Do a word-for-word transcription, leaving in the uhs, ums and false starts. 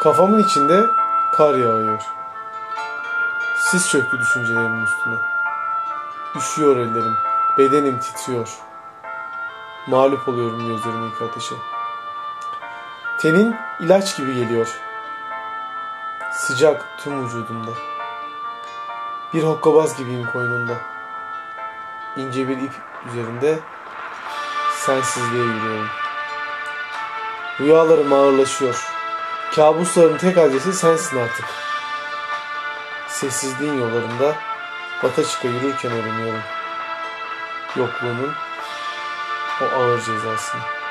Kafamın içinde kar yağıyor. Sis çöktü düşüncelerimin üstüne. Üşüyor ellerim, bedenim titriyor. Mağlup oluyorum gözlerimin ilk ateşe. Tenin ilaç gibi geliyor. Sıcak tüm vücudumda. Bir hokkabaz gibiyim koynunda. İnce bir ip üzerinde sensizliğe yürüyorum. Rüyalarım ağırlaşıyor. Kabusların tek adresi sensin artık. Sessizliğin yollarında bata çıka yürürken öğreniyorum. Yokluğunun o ağır cezasını.